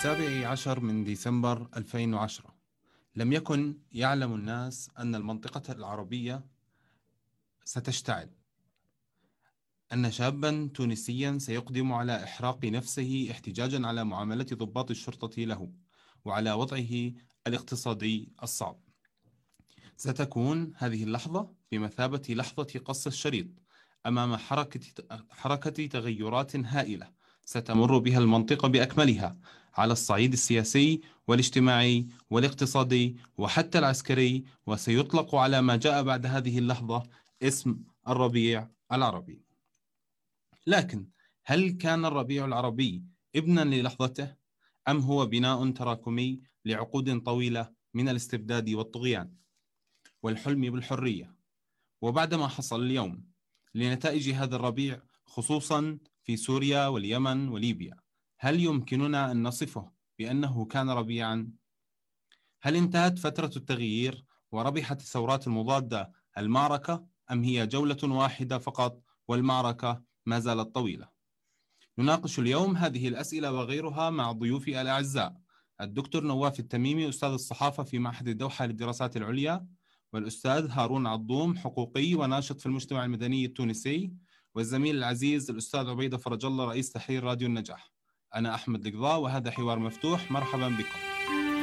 17 من ديسمبر 2010 لم يكن يعلم الناس أن المنطقة العربية ستشتعل، أن شابا تونسيا سيقدم على إحراق نفسه احتجاجا على معاملة ضباط الشرطة له وعلى وضعه الاقتصادي الصعب. ستكون هذه اللحظة بمثابة لحظة قص الشريط أمام حركة تغيرات هائلة ستمر بها المنطقة بأكملها على الصعيد السياسي والاجتماعي والاقتصادي وحتى العسكري، وسيطلق على ما جاء بعد هذه اللحظة اسم الربيع العربي. لكن هل كان الربيع العربي ابنا للحظته، أم هو بناء تراكمي لعقود طويلة من الاستبداد والطغيان والحلم بالحرية؟ وبعد ما حصل اليوم لنتائج هذا الربيع خصوصا في سوريا واليمن وليبيا، هل يمكننا أن نصفه بأنه كان ربيعا؟ هل انتهت فترة التغيير وربحت الثورات المضادة المعركة، أم هي جولة واحدة فقط والمعركة ما زالت طويلة؟ نناقش اليوم هذه الأسئلة وغيرها مع ضيوفي الأعزاء: الدكتور نواف التميمي أستاذ الصحافة في معهد الدوحة للدراسات العليا، والأستاذ هارون عضوم حقوقي وناشط في المجتمع المدني التونسي، والزميل العزيز الأستاذ عبيدة فرج الله رئيس تحرير راديو النجاح. أنا أحمد القضاء وهذا حوار مفتوح. مرحبا بكم.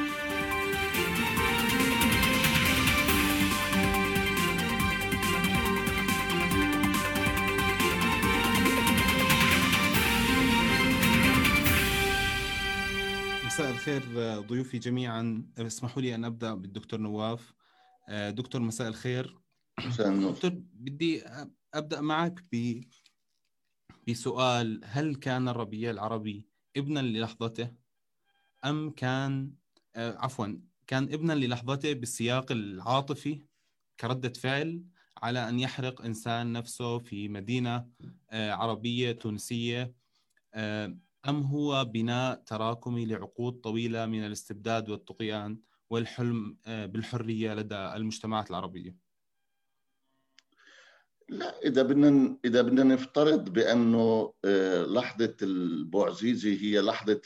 مساء الخير ضيوفي جميعا. اسمحوا لي أن أبدأ بالدكتور نواف. دكتور مساء الخير. دكتور، بدي أبدأ معك بسؤال: هل كان الربيع العربي ابنا للحظته، أم كان كان ابنا للحظته بالسياق العاطفي كردة فعل على أن يحرق إنسان نفسه في مدينة عربية تونسية، أم هو بناء تراكمي لعقود طويلة من الاستبداد والطغيان والحلم بالحرية لدى المجتمعات العربية؟ لا، إذا بدنا نفترض بأنه لحظة البوعزيزي هي لحظة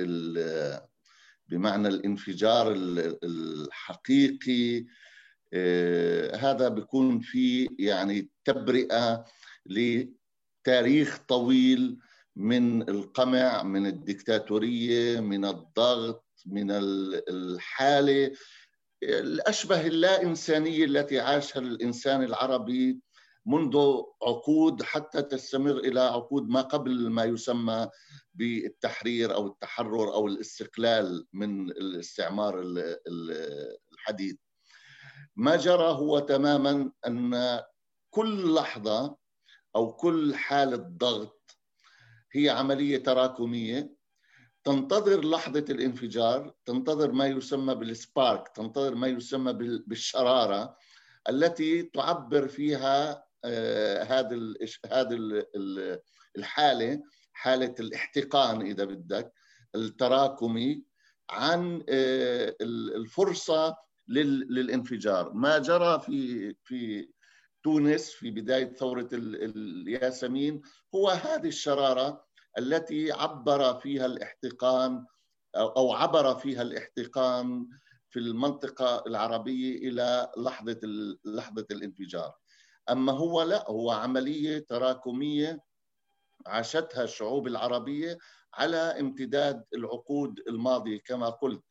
بمعنى الانفجار الحقيقي، هذا بيكون في يعني تبرئة لتاريخ طويل من القمع، من الدكتاتورية، من الضغط، من الحالة الأشبه اللا إنسانية التي عاشها الإنسان العربي منذ عقود حتى تستمر إلى عقود ما قبل ما يسمى بالتحرير أو التحرر أو الاستقلال من الاستعمار الحديث. ما جرى هو تماما أن كل لحظة أو كل حالة ضغط هي عملية تراكمية تنتظر لحظة الانفجار، تنتظر ما يسمى بالسبارك، تنتظر ما يسمى بالشرارة التي تعبر فيها هذه الحالة، حالة الاحتقان إذا بدك التراكمي، عن الفرصة للانفجار. ما جرى في تونس في بداية ثورة الياسمين هو هذه الشرارة التي عبر فيها الاحتقان أو عبر فيها الاحتقان في المنطقة العربية إلى لحظة الانفجار. أما هو لا، هو عملية تراكمية عاشتها الشعوب العربية على امتداد العقود الماضية. كما قلت،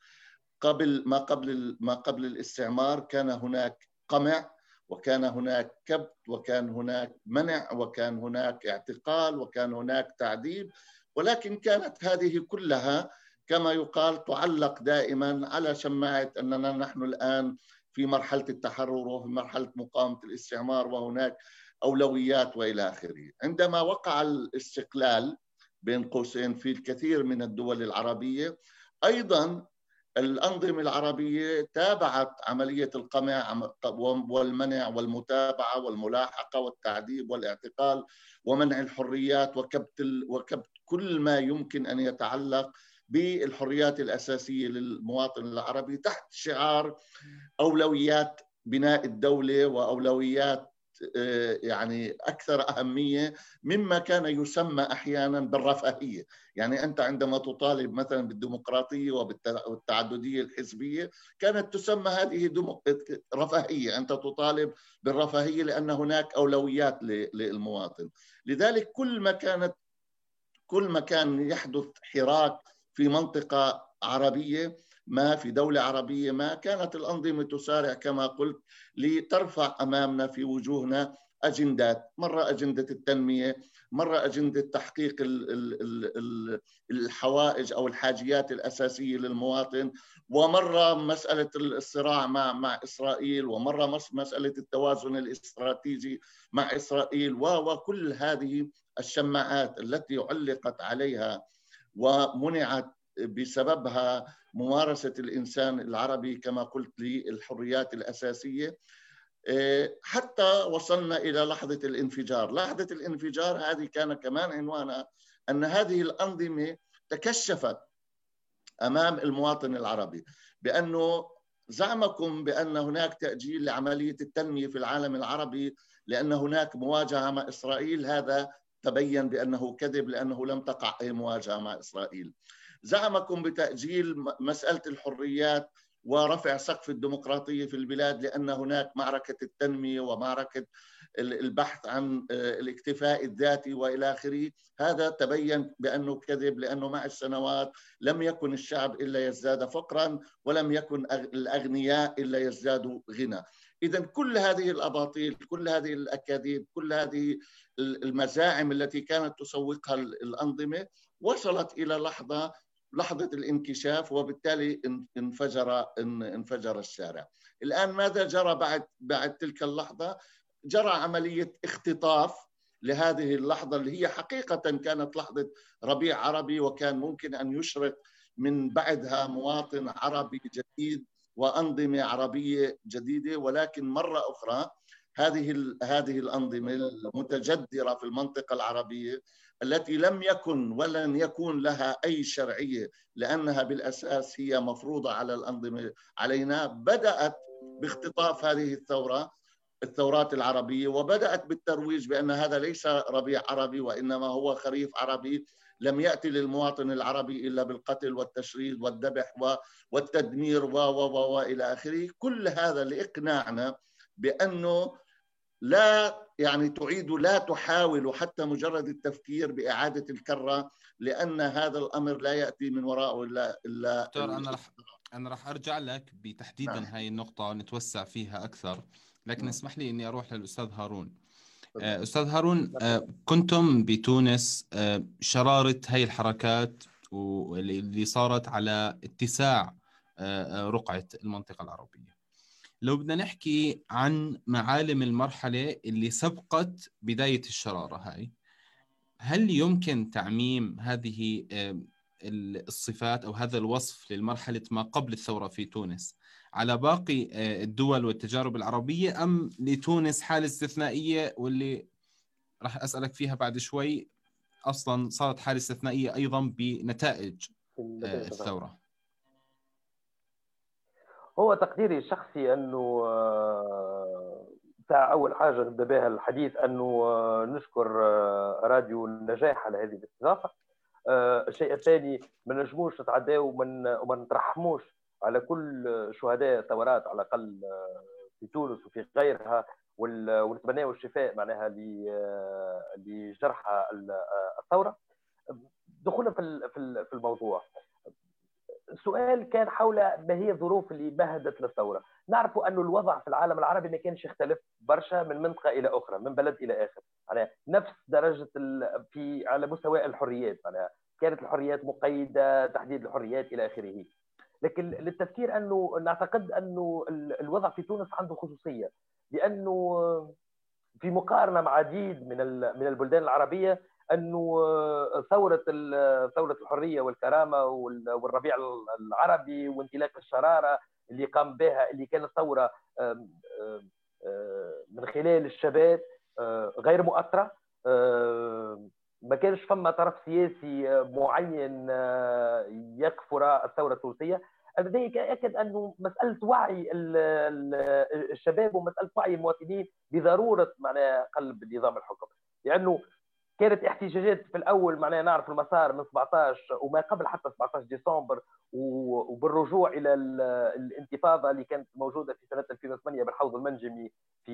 ما قبل الاستعمار كان هناك قمع، وكان هناك كبت، وكان هناك منع، وكان هناك اعتقال، وكان هناك تعذيب، ولكن كانت هذه كلها كما يقال تعلق دائما على شماعة أننا نحن الآن في مرحلة التحرر وفي مرحلة مقاومة الاستعمار، وهناك أولويات وإلى آخره. عندما وقع الاستقلال بين قوسين في الكثير من الدول العربية، أيضا الأنظمة العربية تابعت عملية القمع والمنع والمتابعة والملاحقة والتعذيب والاعتقال ومنع الحريات وكبت كل ما يمكن أن يتعلق بالحريات الأساسية للمواطن العربي تحت شعار أولويات بناء الدولة وأولويات يعني أكثر أهمية مما كان يسمى أحيانا بالرفاهية. يعني أنت عندما تطالب مثلا بالديمقراطية والتعددية الحزبية كانت تسمى هذه رفاهية، أنت تطالب بالرفاهية لأن هناك أولويات للمواطن. لذلك كل ما كان يحدث حراك في منطقة عربية ما، في دولة عربية ما، كانت الأنظمة تسارع كما قلت لترفع أمامنا في وجوهنا أجندات، مرة أجندة التنمية، مرة أجندة تحقيق الحوائج أو الحاجيات الأساسية للمواطن، ومرة مسألة الصراع مع إسرائيل، ومرة مسألة التوازن الاستراتيجي مع إسرائيل، وكل هذه الشماعات التي علقت عليها ومنعت بسببها ممارسة الإنسان العربي كما قلت للحريات الأساسية، حتى وصلنا إلى لحظة الانفجار. لحظة الانفجار هذه كان كمان عنوانها أن هذه الأنظمة تكشفت أمام المواطن العربي، بأنه زعمكم بأن هناك تأجيل لعملية التنمية في العالم العربي لأن هناك مواجهة مع إسرائيل، هذا تبين بأنه كذب، لأنه لم تقع أي مواجهة مع إسرائيل. زعمكم بتأجيل مسألة الحريات ورفع سقف الديمقراطية في البلاد لأن هناك معركة التنمية ومعركة البحث عن الاكتفاء الذاتي وإلى آخره، هذا تبين بأنه كذب، لأنه مع السنوات لم يكن الشعب إلا يزداد فقرا، ولم يكن الأغنياء إلا يزدادوا غنى. إذن كل هذه الأباطيل، كل هذه الأكاذيب، كل هذه المزاعم التي كانت تسوقها الأنظمة وصلت إلى لحظة الانكشاف، وبالتالي انفجر الشارع. الآن ماذا جرى بعد تلك اللحظة؟ جرى عملية اختطاف لهذه اللحظة اللي هي حقيقة كانت لحظة ربيع عربي، وكان ممكن أن يشرق من بعدها مواطن عربي جديد وأنظمة عربية جديدة. ولكن مرة أخرى هذه الأنظمة المتجذرة في المنطقة العربية التي لم يكن ولن يكون لها أي شرعية لأنها بالأساس هي مفروضة على الأنظمة علينا، بدأت باختطاف هذه الثورات العربية، وبدأت بالترويج بأن هذا ليس ربيع عربي وإنما هو خريف عربي لم يأتي للمواطن العربي إلا بالقتل والتشريد والذبح والتدمير وإلى آخره. كل هذا لإقناعنا بأنه لا تحاول حتى مجرد التفكير بإعادة الكرة، لأن هذا الأمر لا يأتي من وراءه إلا دكتور، أنا رح أرجع لك بتحديدا هاي النقطة ونتوسع فيها أكثر، لكن اسمح لي إني أروح للأستاذ هارون. أستاذ هارون، كنتم بتونس شرارة هاي الحركات واللي صارت على اتساع رقعة المنطقة العربية. لو بدنا نحكي عن معالم المرحلة اللي سبقت بداية الشرارة هاي، هل يمكن تعميم هذه الصفات أو هذا الوصف للمرحلة ما قبل الثورة في تونس على باقي الدول والتجارب العربية، أم لتونس حالة استثنائية واللي راح أسألك فيها بعد شوي أصلا صارت حالة استثنائية أيضا بنتائج الثورة؟ هو تقديري الشخصي أنه أول حاجة نبدأ بها الحديث أنه نشكر راديو النجاح على هذه الاستضافة. الشيء الثاني، ما نجموش نتعداو وما نترحموش على كل شهداء الثورات على الأقل في تونس وفي غيرها، ونتمناو الشفاء معناها لجرحى الثورة. دخولنا في الموضوع، السؤال كان حول ما هي الظروف اللي مهدت للثورة. نعرف أن الوضع في العالم العربي ما كانش يختلف برشا من منطقة إلى أخرى، من بلد إلى آخر، يعني نفس درجة على مستوى الحريات، يعني كانت الحريات مقيدة، تحديد الحريات إلى آخره. لكن للتفكير أنه نعتقد أنه الوضع في تونس عنده خصوصية، لأنه في مقارنة مع عديد من البلدان العربية أنه ثورة الحرية والكرامة والربيع العربي وانطلاق الشرارة اللي قام بها، اللي كانت ثورة من خلال الشباب غير مؤثرة، ما كانش فما طرف سياسي معين يقف وراء الثورة التونسية. هذا يؤكد انه مساله وعي الشباب ومساله وعي المواطنين بضروره معناها قلب نظام الحكم، لانه كانت احتجاجات في الاول معناها نعرف المسار من 17 وما قبل حتى 17 ديسمبر، وبالرجوع الى الانتفاضه اللي كانت موجوده في سنه 2008 بالحوض المنجمي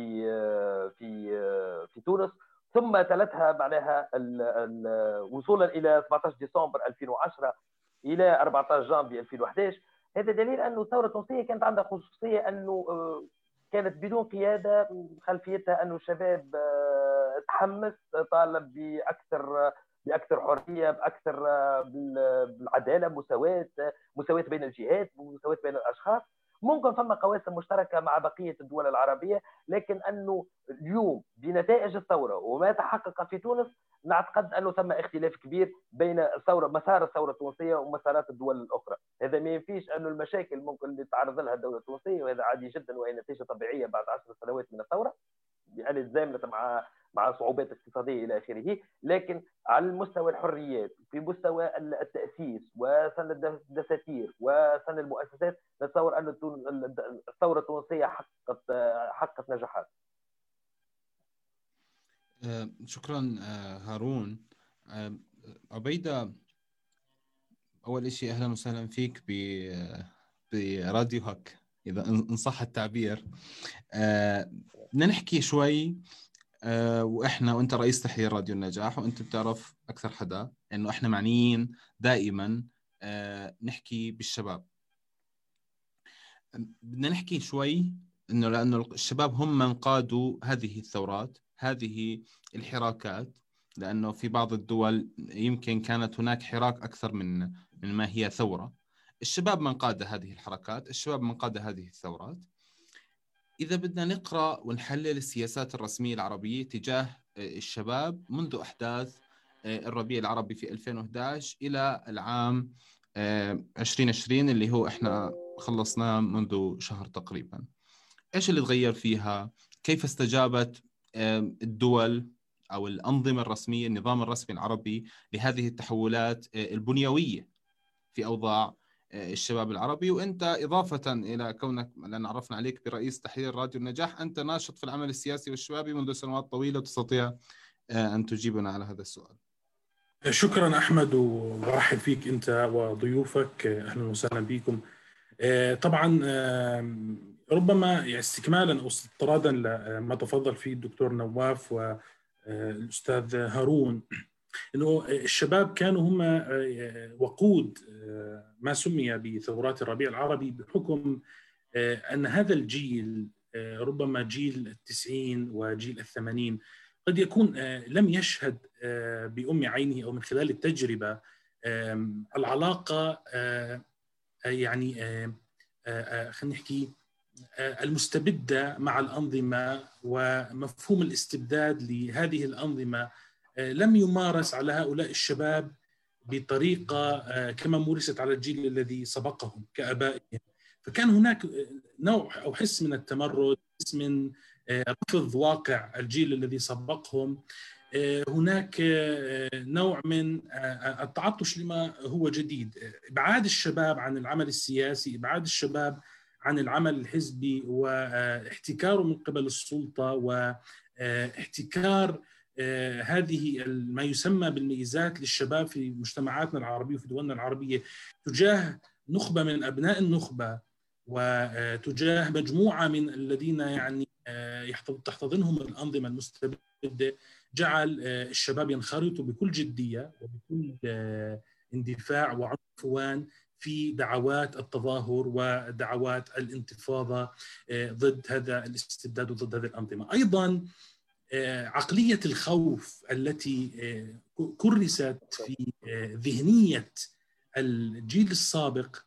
في تونس، ثم تلتها معناها وصولا الى 17 ديسمبر 2010 الى 14 جانفي 2011. هذا دليل انه الثوره التونسيه كانت عندها خصوصيه انه كانت بدون قياده، خلفيتها انه الشباب تحمس، طالب باكثر حريه، باكثر بالعداله، مساواه بين الجهات، مساواه بين الاشخاص. ممكن ثم قواسم مشتركه مع بقيه الدول العربيه، لكن انه اليوم بنتائج الثوره وما تحقق في تونس نعتقد انه ثم اختلاف كبير بين مسار الثوره التونسيه ومسارات الدول الاخرى. هذا ما ينفيش انه المشاكل ممكن اللي تعرض لها الدوله التونسيه، وهذا عادي جدا وهي نتيجه طبيعيه بعد 10 سنوات من الثوره، يعني تزامنت مع صعوبات اقتصاديه الى اخره، لكن على المستوى الحريات، في مستوى التاسيس وسن الدساتير وسن المؤسسات، نتصور ان الثوره التونسيه حققت نجاحات. شكرا هارون. عبيدة، أول شيء أهلا وسهلا فيك براديو هك إذا إن صح التعبير. بدنا نحكي شوي، وإحنا وإنت رئيس تحرير راديو النجاح، وإنت بتعرف أكثر حدا إنه إحنا معنيين دائما نحكي بالشباب. بدنا نحكي شوي إنه لأنه الشباب هم من قادوا هذه الثورات، هذه الحراكات، لأنه في بعض الدول يمكن كانت هناك حراك أكثر من ما هي ثورة. الشباب من قاد هذه الحركات، الشباب من قاد هذه الثورات. إذا بدنا نقرأ ونحلل السياسات الرسمية العربية تجاه الشباب منذ أحداث الربيع العربي في 2011 إلى العام 2020 اللي هو إحنا خلصناه منذ شهر تقريبا، إيش اللي تغير فيها؟ كيف استجابت الدول أو الأنظمة الرسمية، النظام الرسمي العربي لهذه التحولات البنيوية في أوضاع الشباب العربي؟ وأنت إضافة إلى كونك، لأن عرفنا عليك برئيس تحرير راديو النجاح، أنت ناشط في العمل السياسي والشبابي منذ سنوات طويلة، وتستطيع أن تجيبنا على هذا السؤال. شكرا أحمد، وبرحب فيك أنت وضيوفك، أهلا وسهلا بكم. طبعا ربما استكمالا أو استطرادا لما تفضل فيه الدكتور نواف والأستاذ هارون، إنه الشباب كانوا هم وقود ما سمي بثورات الربيع العربي، بحكم أن هذا الجيل، ربما جيل 90 وجيل 80، قد يكون لم يشهد بأم عينه أو من خلال التجربة العلاقة يعني خلينا نحكي المستبدة مع الأنظمة، ومفهوم الاستبداد لهذه الأنظمة لم يمارس على هؤلاء الشباب بطريقة كما مورست على الجيل الذي سبقهم كآبائهم. فكان هناك نوع أو حس من التمرد، حس من رفض واقع الجيل الذي سبقهم، هناك نوع من التعطش لما هو جديد، إبعاد الشباب عن العمل السياسي، إبعاد الشباب عن العمل الحزبي، واحتكاره من قبل السلطة، واحتكار هذه ما يسمى بالميزات للشباب في مجتمعاتنا العربية وفي دولنا العربية تجاه نخبة من أبناء النخبة، وتجاه مجموعة من الذين يعني تحتضنهم الأنظمة المستبدة، جعل الشباب ينخرطوا بكل جدية وبكل اندفاع وعنفوان في دعوات التظاهر ودعوات الانتفاضة ضد هذا الاستبداد وضد هذه الأنظمة. أيضا عقلية الخوف التي كرست في ذهنية الجيل السابق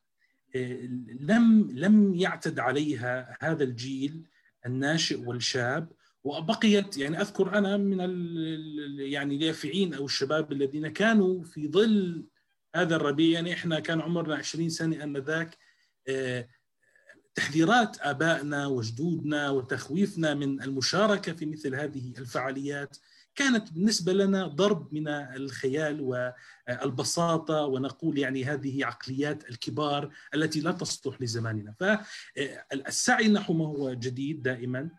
لم يعتد عليها هذا الجيل الناشئ والشاب، وبقيت يعني أذكر أنا من يعني اليافعين أو الشباب الذين كانوا في ظل هذا الربيع، يعني إحنا كان عمرنا 20 سنة آنذاك، تحذيرات آبائنا وجدودنا وتخويفنا من المشاركة في مثل هذه الفعاليات كانت بالنسبة لنا ضرب من الخيال والبساطة، ونقول يعني هذه عقليات الكبار التي لا تصلح لزماننا. فالسعي نحو ما هو جديد دائما،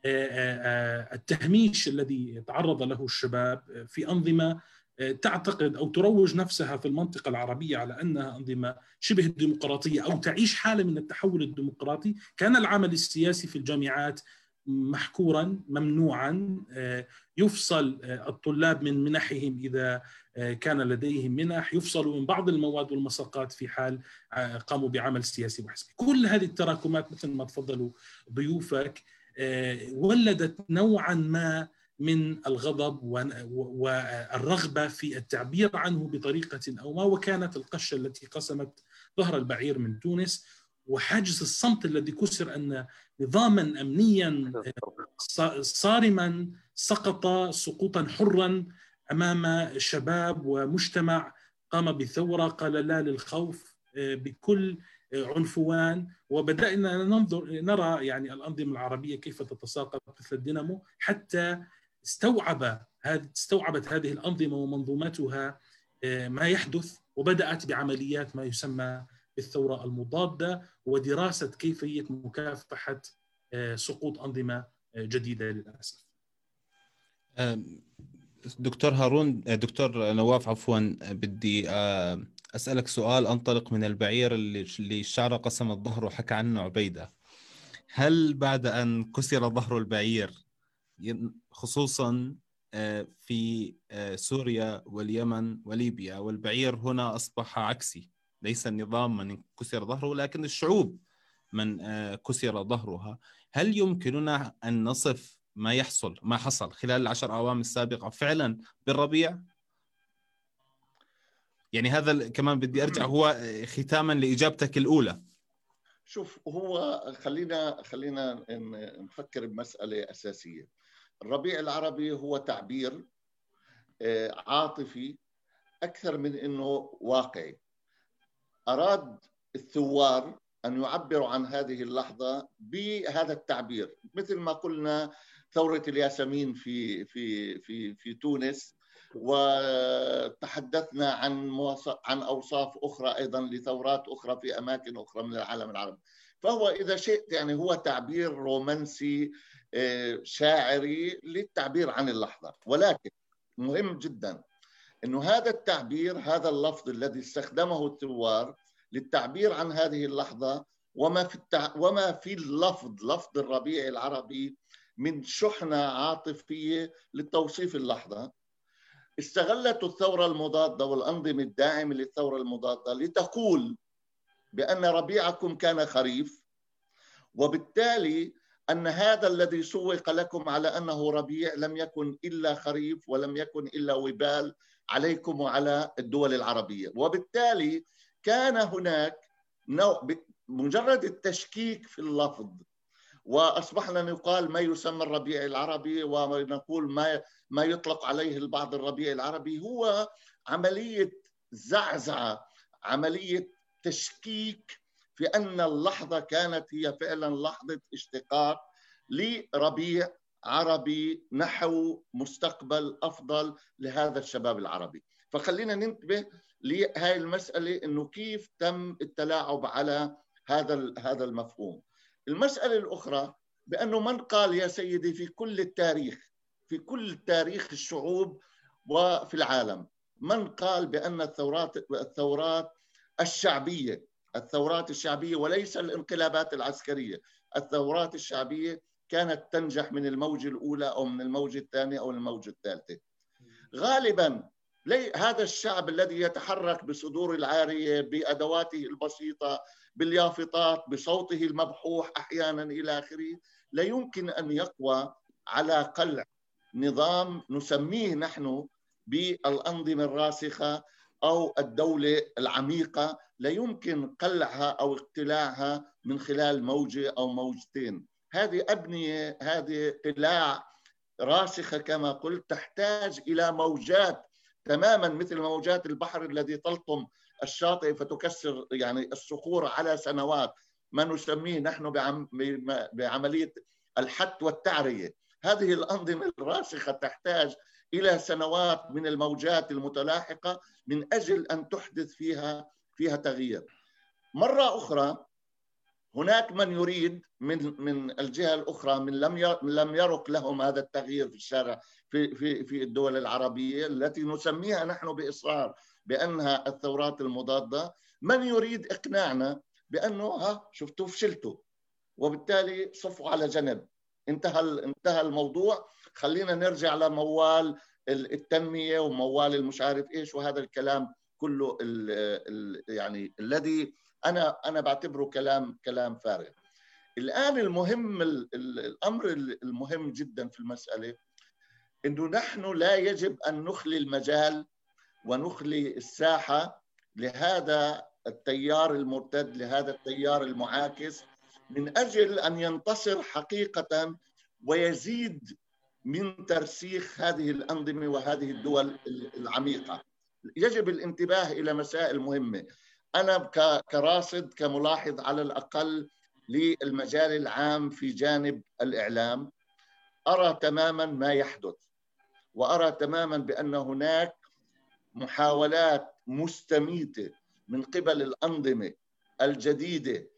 التهميش الذي تعرض له الشباب في أنظمة تعتقد أو تروج نفسها في المنطقة العربية على أنها أنظمة شبه ديمقراطية أو تعيش حالة من التحول الديمقراطي، كان العمل السياسي في الجامعات محكورا ممنوعا، يفصل الطلاب من منحهم إذا كان لديهم منح، يفصلوا من بعض المواد والمساقات في حال قاموا بعمل سياسي وحزبي. كل هذه التراكمات مثل ما تفضلوا ضيوفك ولدت نوعا ما من الغضب والرغبة في التعبير عنه بطريقة أو ما، وكانت القشة التي قسمت ظهر البعير من تونس وحاجز الصمت الذي كسر أن نظاما أمنيا صارما سقط سقوطا حرا أمام شباب ومجتمع قام بثورة قال لا للخوف بكل عنفوان. وبدأنا نرى يعني الأنظمة العربية كيف تتساقط مثل الدينامو، حتى استوعبت هذه الأنظمة ومنظوماتها ما يحدث، وبدأت بعمليات ما يسمى بالثورة المضادة ودراسة كيفية مكافحة سقوط أنظمة جديدة للأسف. دكتور هارون، دكتور نواف عفوا، بدي أسألك سؤال أنطلق من البعير اللي الشعر قسمت ظهره وحكى عنه عبيدة. هل بعد أن كسر ظهر البعير خصوصا في سوريا واليمن وليبيا، والبعير هنا أصبح عكسي، ليس النظام من كسر ظهره لكن الشعوب من كسر ظهرها، هل يمكننا أن نصف ما حصل خلال 10 أعوام السابقة فعلا بالربيع؟ يعني هذا كمان بدي أرجع هو ختاما لإجابتك الأولى. شوف، هو خلينا نفكر بمسألة أساسية. الربيع العربي هو تعبير عاطفي أكثر من أنه واقعي. أراد الثوار أن يعبروا عن هذه اللحظة بهذا التعبير، مثل ما قلنا ثورة الياسمين في تونس، وتحدثنا عن أوصاف أخرى أيضا لثورات أخرى في أماكن أخرى من العالم العربي. فهو إذا شئت يعني هو تعبير رومانسي شاعري للتعبير عن اللحظة، ولكن مهم جدا أنه هذا التعبير، هذا اللفظ الذي استخدمه الثوار للتعبير عن هذه اللحظة وما في لفظ الربيع العربي من شحنة عاطفية لتوصيف اللحظة، استغلت الثورة المضادة والأنظمة الداعمة للثورة المضادة لتقول بأن ربيعكم كان خريف، وبالتالي أن هذا الذي سوق لكم على أنه ربيع لم يكن إلا خريف ولم يكن إلا وبال عليكم وعلى الدول العربية. وبالتالي كان هناك نوع مجرد التشكيك في اللفظ، وأصبحنا نقال ما يسمى الربيع العربي ونقول ما يطلق عليه البعض الربيع العربي، هو عملية زعزعة، عملية تشكيك في أن اللحظة كانت هي فعلا لحظة اشتقاق لربيع عربي نحو مستقبل أفضل لهذا الشباب العربي. فخلينا ننتبه لهذه المسألة، إنه كيف تم التلاعب على هذا المفهوم. المسألة الأخرى بأنه من قال يا سيدي في كل تاريخ الشعوب وفي العالم، من قال بأن الثورات الشعبية وليس الانقلابات العسكرية، الثورات الشعبية كانت تنجح من الموجة الأولى أو من الموجة الثانية أو الموجة الثالثة. غالبا هذا الشعب الذي يتحرك بصدور العارية بأدواته البسيطة باليافطات بصوته المبحوح أحيانا إلى آخره، لا يمكن أن يقوى على قلع نظام نسميه نحن بالأنظمة الراسخة أو الدولة العميقة، لا يمكن قلعها أو اقتلاعها من خلال موجة أو موجتين. هذه أبنية، هذه قلاع راسخة كما قلت، تحتاج إلى موجات تماما مثل موجات البحر الذي تلطم الشاطئ فتكسر يعني الصخور على سنوات، ما نسميه نحن بعملية الحت والتعرية. هذه الأنظمة الراسخة تحتاج إلى سنوات من الموجات المتلاحقة من أجل أن تحدث فيها تغيير. مرة أخرى هناك من يريد من الجهة الأخرى من لم يرق لهم هذا التغيير في الشارع في الدول العربية التي نسميها نحن بإصرار بأنها الثورات المضادة، من يريد إقناعنا بأنه شفتوا فشلتوا وبالتالي صفوا على جنب، انتهى الموضوع، خلينا نرجع لموال التنمية وموال المش عارف إيش، وهذا الكلام كله يعني الذي أنا بعتبره كلام فارغ. الآن المهم، الأمر المهم جدا في المسألة إنه نحن لا يجب أن نخلي المجال ونخلي الساحة لهذا التيار المرتد، لهذا التيار المعاكس، من أجل أن ينتصر حقيقة ويزيد من ترسيخ هذه الأنظمة وهذه الدول العميقة. يجب الانتباه إلى مسائل مهمة. أنا كراصد كملاحظ على الأقل للمجال العام في جانب الإعلام أرى تماما ما يحدث، وأرى تماما بأن هناك محاولات مستميتة من قبل الأنظمة الجديدة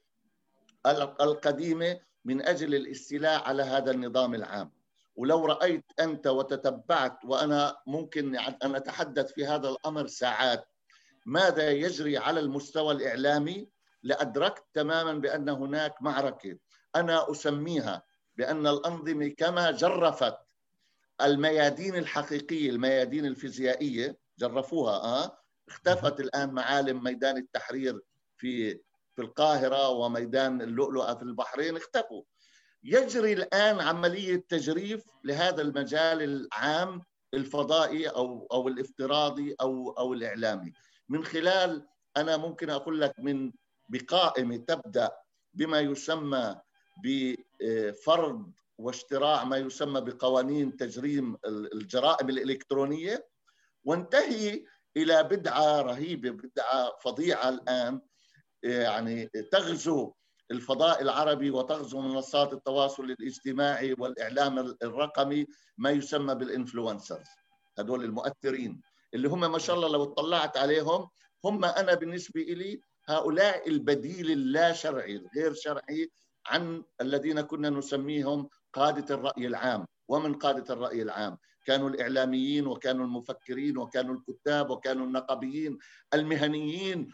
القديمة من أجل الاستيلاء على هذا النظام العام. ولو رأيت أنت وتتبعت، وأنا ممكن أن أتحدث في هذا الأمر ساعات، ماذا يجري على المستوى الإعلامي، لأدركت تماما بأن هناك معركة أنا أسميها بأن الأنظمة كما جرفت الميادين الحقيقية، الميادين الفيزيائية جرفوها، اختفت الآن معالم ميدان التحرير في القاهرة وميدان اللؤلؤة في البحرين، اختفوا. يجري الآن عملية تجريف لهذا المجال العام الفضائي أو الافتراضي أو الإعلامي، من خلال، أنا ممكن أقول لك، بقائمة تبدأ بما يسمى بفرض واشتراع ما يسمى بقوانين تجريم الجرائم الإلكترونية، وانتهي إلى بدعة رهيبة، بدعة فظيعة الآن يعني تغزو الفضاء العربي وتغزو منصات التواصل الاجتماعي والإعلام الرقمي، ما يسمى بالإنفلونسرز. هذول المؤثرين اللي هم ما شاء الله لو اطلعت عليهم، هم أنا بالنسبة لي هؤلاء البديل اللا شرعي الغير شرعي عن الذين كنا نسميهم قادة الرأي العام. ومن قادة الرأي العام كانوا الإعلاميين، وكانوا المفكرين، وكانوا الكتاب، وكانوا النقابيين المهنيين،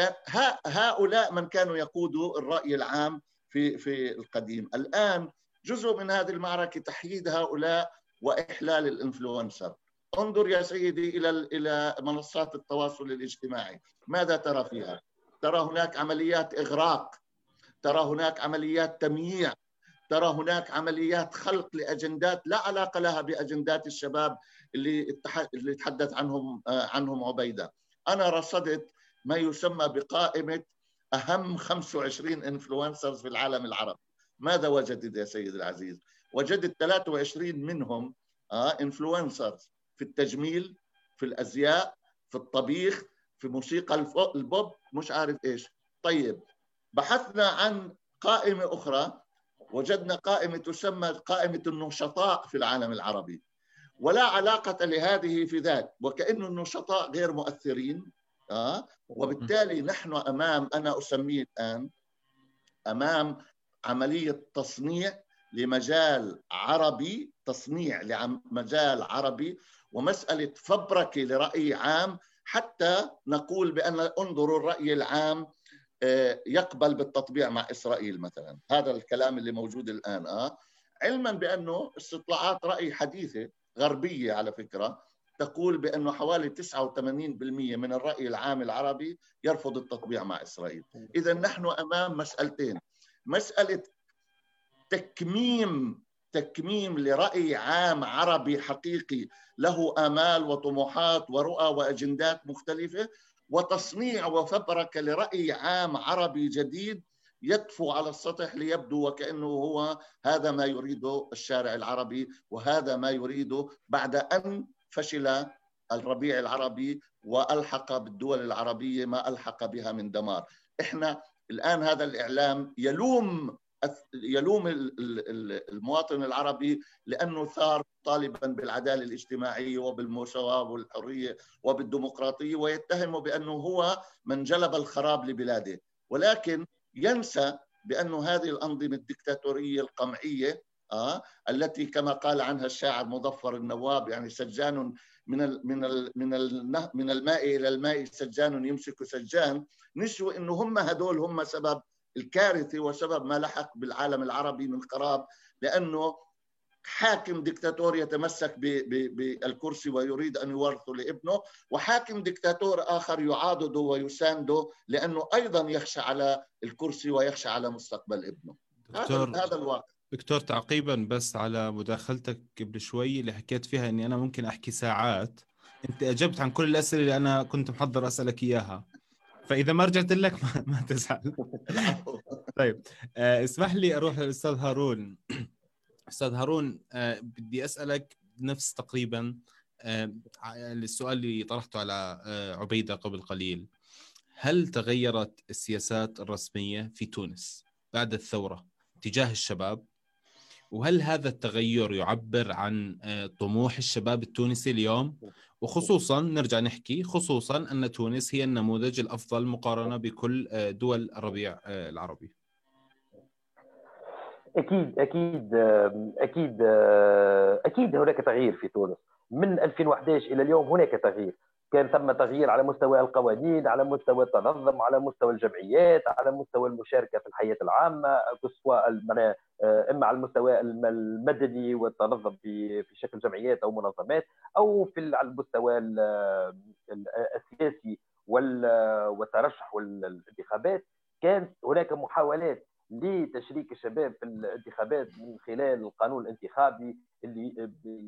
هؤلاء من كانوا يقودوا الرأي العام في القديم. الآن جزء من هذه المعركة تحييد هؤلاء وإحلال الإنفلونسر. انظر يا سيدي إلى منصات التواصل الاجتماعي، ماذا ترى فيها؟ ترى هناك عمليات إغراق، ترى هناك عمليات تمييع، ترى هناك عمليات خلق لأجندات لا علاقة لها بأجندات الشباب اللي تحدث عنهم عبيدة. أنا رصدت ما يسمى بقائمة أهم 25 إنفلونسرز في العالم العربي. ماذا وجدت يا سيد العزيز؟ وجدت 23 منهم إنفلونسرز في التجميل، في الأزياء، في الطبيخ، في موسيقى البوب، مش عارف إيش. طيب بحثنا عن قائمة أخرى، وجدنا قائمة تسمى قائمة النشطاء في العالم العربي، ولا علاقة لهذه في ذاك، وكأن النشطاء غير مؤثرين. وبالتالي نحن أنا أسميه الآن أمام عملية تصنيع لمجال عربي، تصنيع لمجال عربي، ومسألة فبركة لرأي عام، حتى نقول بأن انظروا الرأي العام يقبل بالتطبيع مع إسرائيل مثلا. هذا الكلام اللي موجود الآن، علما بأنه استطلاعات رأي حديثة غربية على فكرة تقول بأنه حوالي 89% من الرأي العام العربي يرفض التطبيع مع إسرائيل. إذا نحن أمام مسألتين: مسألة تكميم لرأي عام عربي حقيقي له آمال وطموحات ورؤى وأجندات مختلفة، وتصنيع وفبركة لرأي عام عربي جديد يطفو على السطح ليبدو وكأنه هو هذا ما يريده الشارع العربي، وهذا ما يريده بعد أن فشل الربيع العربي وألحق بالدول العربية ما ألحق بها من دمار. إحنا الآن هذا الإعلام يلوم المواطن العربي لأنه ثار طالبا بالعدالة الاجتماعية وبالمساواة والحرية وبالديمقراطية، ويتهم بأنه هو من جلب الخراب لبلاده، ولكن ينسى بأن هذه الأنظمة الدكتاتورية القمعية التي كما قال عنها الشاعر مظفر النواب، يعني سجان من الماء إلى الماء سجان يمسك سجان، نسوا أنه هم سبب الكارثة وسبب ما لحق بالعالم العربي من خراب، لأنه حاكم دكتاتور يتمسك بالكرسي ويريد أن يورثه لابنه، وحاكم دكتاتور آخر يعاضده ويسانده لأنه أيضا يخشى على الكرسي ويخشى على مستقبل ابنه. هذا الواقع. دكتور، تعقيبا بس على مداخلتك قبل شوي اللي حكيت فيها اني انا ممكن احكي ساعات، انت اجبت عن كل الاسئله اللي انا كنت محضر اسالك اياها، فاذا ما رجعت لك ما تزعل. طيب اسمح لي اروح للاستاذ هارون. استاذ هارون، بدي اسالك نفس تقريبا السؤال اللي طرحته على عبيده قبل قليل. هل تغيرت السياسات الرسميه في تونس بعد الثوره تجاه الشباب؟ وهل هذا التغير يعبر عن طموح الشباب التونسي اليوم؟ وخصوصا نرجع نحكي خصوصا أن تونس هي النموذج الأفضل مقارنة بكل دول الربيع العربي. أكيد أكيد أكيد أكيد هناك تغيير في تونس من 2011 إلى اليوم. هناك تغيير، كان ثم تغيير على مستوى القوانين، على مستوى التنظم، على مستوى الجمعيات، على مستوى المشاركة في الحياة العامة، سواء إما على المستوى المدني والتنظم في شكل جمعيات أو منظمات، أو على المستوى السياسي والترشح والانتخابات. كانت هناك محاولات لتشريك الشباب في الانتخابات من خلال القانون الانتخابي اللي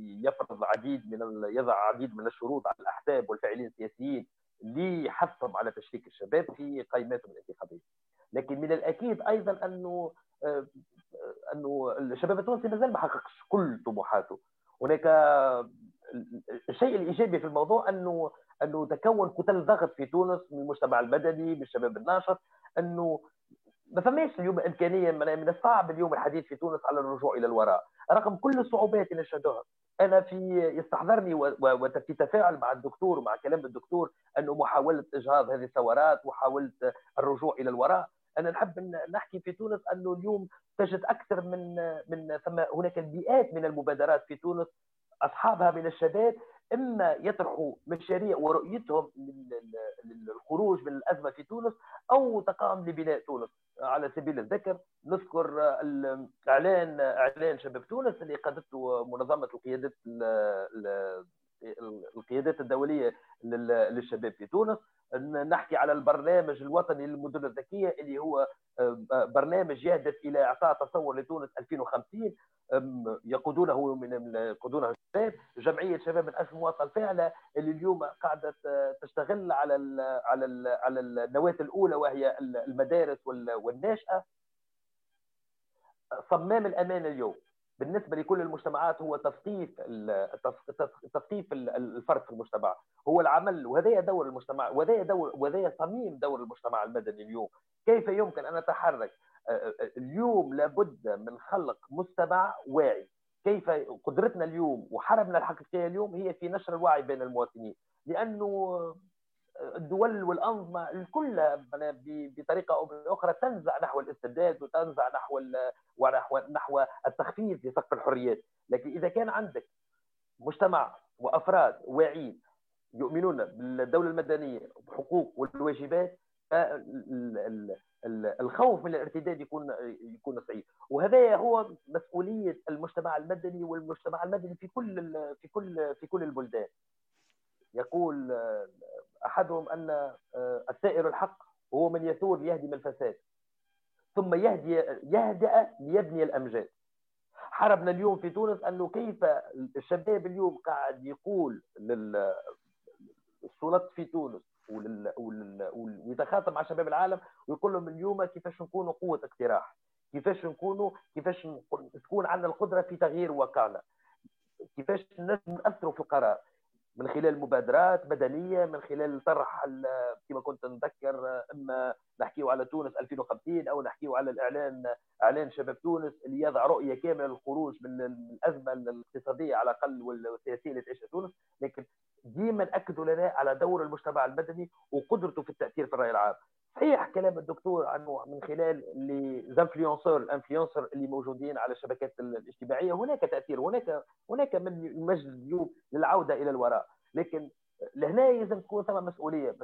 يضع عديد من الشروط على الاحزاب والفاعلين السياسيين لحثهم على تشريك الشباب في قائمتهم الانتخابيه. لكن من الاكيد ايضا انه الشباب التونسي مازال ما حققش كل طموحاته. هناك الشيء الايجابي في الموضوع انه تكون كتل ضغط في تونس من المجتمع المدني، من الشباب الناشط، انه ما فماش اليوم امكانيه من الصعب اليوم الحديث في تونس على الرجوع الى الوراء رغم كل الصعوبات اللي نشهدها. انا يستحضرني وفي تفاعل مع الدكتور ومع كلام الدكتور انه محاوله اجهاض هذه الثورات، محاوله الرجوع الى الوراء. انا نحب نحكي في تونس انه اليوم تجد اكثر من هناك المئات من المبادرات في تونس اصحابها من الشباب اما يطرحوا مشاريع ورؤيتهم للخروج من الازمه في تونس او تقام لبناء تونس. على سبيل الذكر نذكر اعلان شباب تونس اللي قادته منظمه القيادات الدوليه للشباب في تونس. نحكي على البرنامج الوطني للمدن الذكيه اللي هو برنامج يهدف الى اعطاء تصور لتونس 2050 يقودونه الشباب. جمعيه شباب من اجل مواطنه فاعله اللي اليوم قاعده تشتغل على النواه الاولى وهي المدارس والناشئه. صمام الامان اليوم بالنسبه لكل المجتمعات هو تثقيف الفرد في المجتمع، هو العمل، وهذا دور المجتمع، وهذا صميم دور المجتمع المدني اليوم. كيف يمكن ان نتحرك اليوم؟ لابد من خلق مجتمع واعي. كيف قدرتنا اليوم وحربنا الحقيقيه اليوم هي في نشر الوعي بين المواطنين، لانه الدول والانظمه الكل بطريقه او باخرى تنزع نحو الاستبداد وتنزع نحو التخفيض لسقف الحريات. لكن اذا كان عندك مجتمع وافراد واعيين يؤمنون بالدوله المدنيه وبحقوق والواجبات، الخوف من الارتداد يكون صعيب. وهذا هو مسؤوليه المجتمع المدني، والمجتمع المدني في كل البلدان. يقول احدهم ان السائر الحق هو من يثور ليهدم الفساد ثم يهدأ ليبني الامجاد. حربنا اليوم في تونس انه كيف الشباب اليوم قاعد يقول للسلطات في تونس ويتخاطب مع شباب العالم ويقول لهم اليوم كيفاش نكونوا قوه اقتراح، كيفاش تكون عندنا القدره في تغيير واقعنا، كيفاش نأثروا في القرار. من خلال مبادرات مدنيه، من خلال طرح كما كنت نذكر، اما نحكيه على تونس 2050 او نحكيه على اعلان شباب تونس اللي يضع رؤيه كامله للخروج من الازمه الاقتصاديه على الاقل والسياسيه اللي تعيشها تونس. لكن ديما اكدوا لنا على دور المجتمع المدني وقدرته في التاثير في الراي العام. صحيح كلام الدكتور عنه من خلال الانفلونسر اللي موجودين على الشبكات الاجتماعيه هناك تاثير، هناك من يمجد اليوم للعوده الى الوراء. لكن لهنا لازم تكون ثم مسؤوليه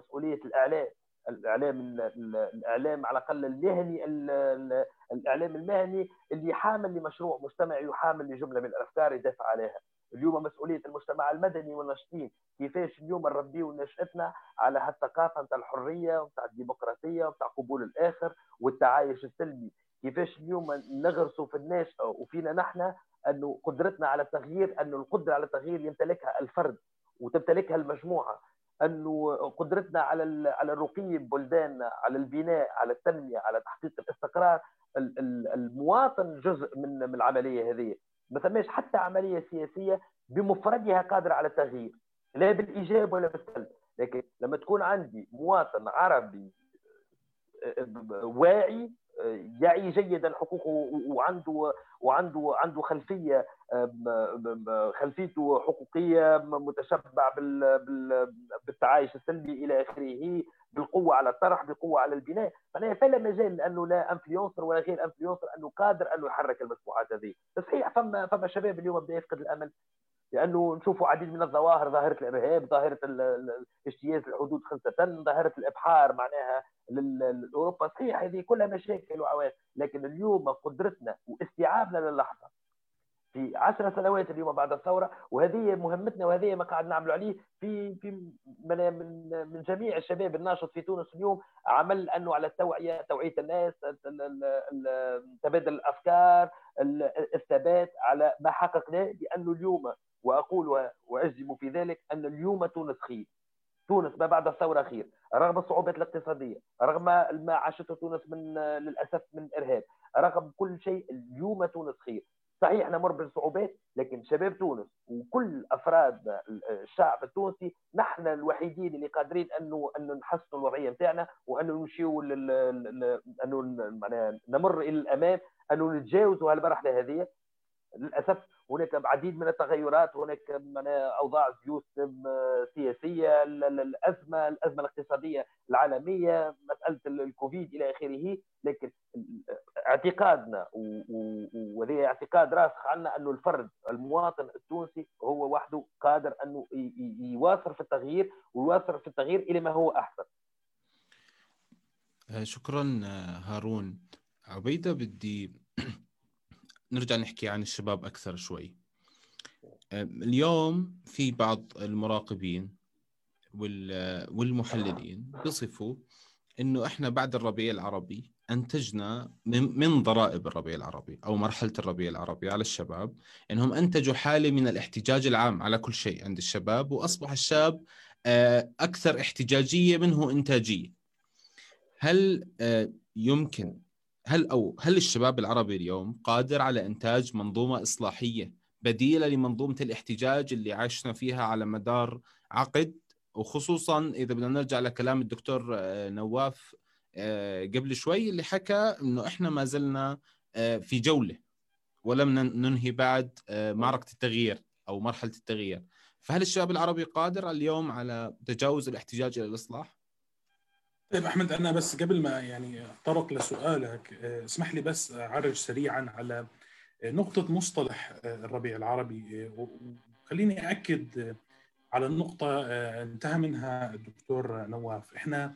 الاعلام على الاقل المهني، الاعلام المهني اللي حامل لمشروع مجتمعي وحامل لجمله من الافكار يدافع عليها. اليوم مسؤوليه المجتمع المدني والناشطين كيفاش اليوم نربيو نشأتنا على هالثقافه نتاع الحريه ونتاع الديمقراطيه ونتاع قبول الاخر والتعايش السلمي. كيفاش اليوم نغرسوا في الناس وفينا نحن انه قدرتنا على التغيير، انه القدره على التغيير يمتلكها الفرد وتمتلكها المجموعه، انه قدرتنا على الرقي ببلداننا، على البناء، على التنميه، على تحقيق الاستقرار. المواطن جزء من العمليه هذه. ما ثماش حتى عمليه سياسيه بمفردها قادره على التغيير، لا بالايجاب ولا بالسلب. لكن لما تكون عندي مواطن عربي واعي يعي جيدا حقوقه وعنده خلفيته حقوقيه متشبع بالتعايش السلمي الى اخره، بالقوه على الطرح، بالقوه على البناء، معناها فلا مجال لانه لا انفلونسر ولا غير انفلونسر انه قادر انه يحرك المجموعات هذه. صحيح فما شباب اليوم بدا يفقد الامل، لانه نشوفوا عديد من الظواهر، ظاهره الارهاب، ظاهره اجتياز الحدود خلسه، ظاهره الابحار معناها لاوروبا. صحيح هذه كلها مشاكل وعوائق، لكن اليوم قدرتنا واستيعابنا للحظه في 10 سنوات اليوم بعد الثوره، وهذه مهمتنا وهذه ما قاعد نعملوا عليه في من جميع الشباب الناشط في تونس اليوم، عمل انه على توعيه الناس، تبادل الافكار، الثبات على ما حققناه. لانه اليوم واقول واجزم في ذلك ان اليوم تونس خير، تونس ما بعد الثوره خير، رغم الصعوبات الاقتصاديه، رغم ما عاشته تونس من للاسف من ارهاب، رغم كل شيء اليوم تونس خير. صحيح نمر بالصعوبات، لكن شباب تونس وكل افراد الشعب التونسي نحن الوحيدين اللي قادرين انه نحسنوا الوضعيه نتاعنا، وانه نمشيوا انه نمر الى الامام، انه نتجاوزوا هالمرحله هذه. للاسف هناك العديد من التغيرات، هناك اوضاع جيوش سياسيه، الازمه الاقتصاديه العالميه، مساله الكوفيد الى اخره. لكن اعتقادنا وهذا اعتقاد راسخ عنا انه الفرد المواطن التونسي هو وحده قادر انه يواصل في التغيير ويواصل في التغيير الى ما هو احسن. شكرا هارون. عبيدة، بدي نرجع نحكي عن الشباب أكثر شوي. اليوم في بعض المراقبين والمحللين بيصفوا إنه إحنا بعد الربيع العربي أنتجنا من ضرائب الربيع العربي أو مرحلة الربيع العربي على الشباب، إنهم أنتجوا حالة من الاحتجاج العام على كل شيء عند الشباب، وأصبح الشاب أكثر احتجاجية منه إنتاجية. هل يمكن هل الشباب العربي اليوم قادر على إنتاج منظومة إصلاحية بديلة لمنظومة الاحتجاج اللي عشنا فيها على مدار عقد؟ وخصوصا إذا بدنا نرجع لكلام الدكتور نواف قبل شوي اللي حكى إنه إحنا ما زلنا في جولة ولم ننهي بعد معركة التغيير أو مرحلة التغيير. فهل الشباب العربي قادر اليوم على تجاوز الاحتجاج إلى الإصلاح؟ طيب أحمد، أنا بس قبل ما أطرق لسؤالك اسمح لي بس أعرج سريعا على نقطة مصطلح الربيع العربي، وخليني أكد على النقطة انتهى منها الدكتور نواف. إحنا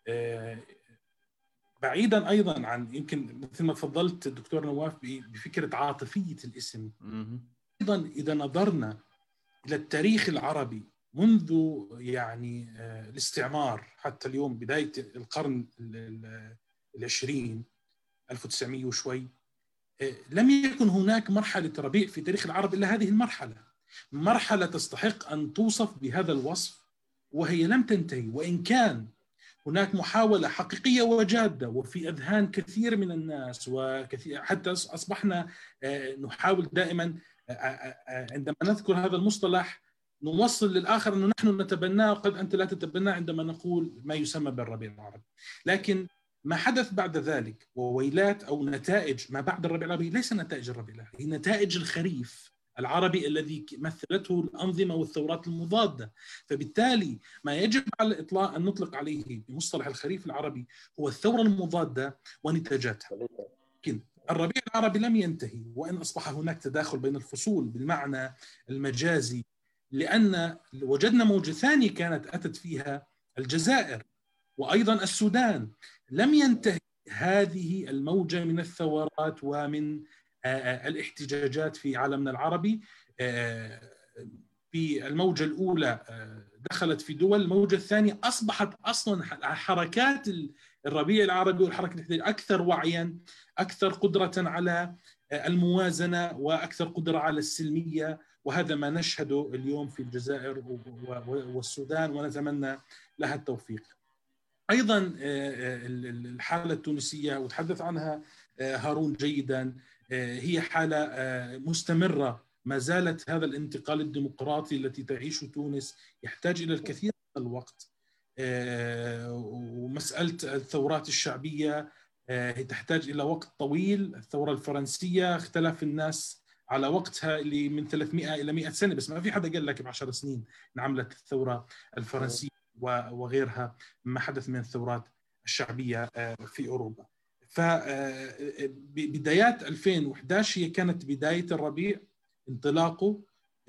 بعيدا أيضا عن، يمكن مثل ما تفضلت الدكتور نواف بفكرة عاطفية الاسم، أيضا إذا نظرنا إلى التاريخ العربي منذ الاستعمار حتى اليوم، بداية القرن العشرين 1900 وشوي، لم يكن هناك مرحلة ربيع في تاريخ العرب إلا هذه مرحلة تستحق أن توصف بهذا الوصف، وهي لم تنتهي، وإن كان هناك محاولة حقيقية وجادة وفي أذهان كثير من الناس، وكثير حتى أصبحنا نحاول دائما عندما نذكر هذا المصطلح نوصل للآخر أنه نحن نتبناه وقد أنت لا تتبناه عندما نقول ما يسمى بالربيع العربي. لكن ما حدث بعد ذلك وويلات أو نتائج ما بعد الربيع العربي ليس نتائج الربيع العربي، هي نتائج الخريف العربي الذي مثلته الأنظمة والثورات المضادة. فبالتالي ما يجب على الإطلاق أن نطلق عليه بمصطلح الخريف العربي هو الثورة المضادة ونتاجاتها. لكن الربيع العربي لم ينتهي، وإن أصبح هناك تداخل بين الفصول بالمعنى المجازي، لأن وجدنا موجة ثانية كانت أتت فيها الجزائر وأيضا السودان. لم ينتهي هذه الموجة من الثورات ومن الاحتجاجات في عالمنا العربي. في الموجة الأولى دخلت في دول، الموجة الثانية أصبحت أصلا حركات الربيع العربي والحركة الاحتجاجية أكثر وعيا، أكثر قدرة على الموازنة وأكثر قدرة على السلمية، وهذا ما نشهده اليوم في الجزائر والسودان ونتمنى لها التوفيق. أيضا الحالة التونسية وتحدث عنها هارون جيدا، هي حالة مستمرة، ما زالت هذا الانتقال الديمقراطي التي تعيشه تونس يحتاج إلى الكثير من الوقت. ومسألة الثورات الشعبية تحتاج إلى وقت طويل. الثورة الفرنسية اختلف الناس على وقتها اللي من 300 إلى 100 سنة، بس ما في حدا قال لك ب10 سنين انعملت الثورة الفرنسية وغيرها ما حدث من الثورات الشعبية في أوروبا. فبدايات 2011 هي كانت بداية الربيع، انطلاقه.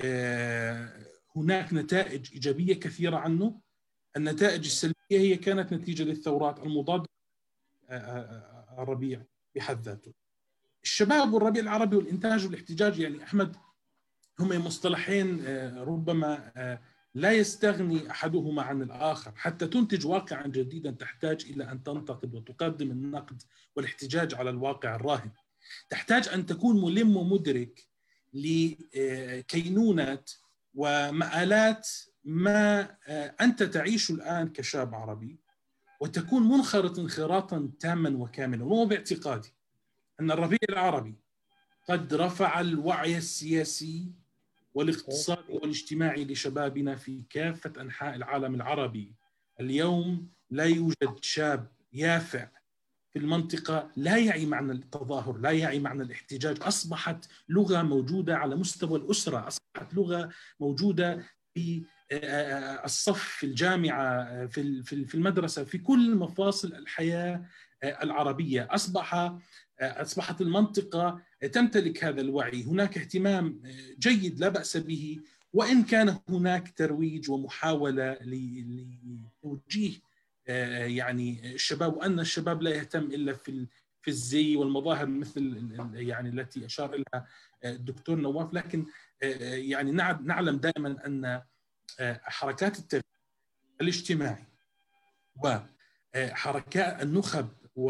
هناك نتائج إيجابية كثيرة عنه. النتائج السلبية هي كانت نتيجة للثورات المضادة الربيع بحد ذاته. الشباب والربيع العربي والإنتاج والاحتجاج، يعني أحمد، هم مصطلحين ربما لا يستغني أحدهما عن الآخر. حتى تنتج واقعا جديدا تحتاج إلى أن تنتقد وتقدم النقد والاحتجاج على الواقع الراهن. تحتاج أن تكون ملم ومدرك لكينونة ومآلات ما أنت تعيش الآن كشاب عربي، وتكون منخرط انخراطا تاما وكاملا. وهو باعتقادي أن الربيع العربي قد رفع الوعي السياسي والاقتصادي والاجتماعي لشبابنا في كافة أنحاء العالم العربي. اليوم لا يوجد شاب يافع في المنطقة لا يعي معنى التظاهر، لا يعي معنى الاحتجاج. أصبحت لغة موجودة على مستوى الأسرة، أصبحت لغة موجودة في الصف، في الجامعة، في المدرسة، في كل مفاصل الحياة العربية. أصبحت المنطقة تمتلك هذا الوعي. هناك اهتمام جيد لا بأس به، وإن كان هناك ترويج ومحاولة لتوجيه يعني الشباب، وأن الشباب لا يهتم إلا في الزي والمظاهر مثل يعني التي أشار إليها الدكتور نواف. لكن يعني نعلم دائما أن حركات التغيير الاجتماعي وحركات النخب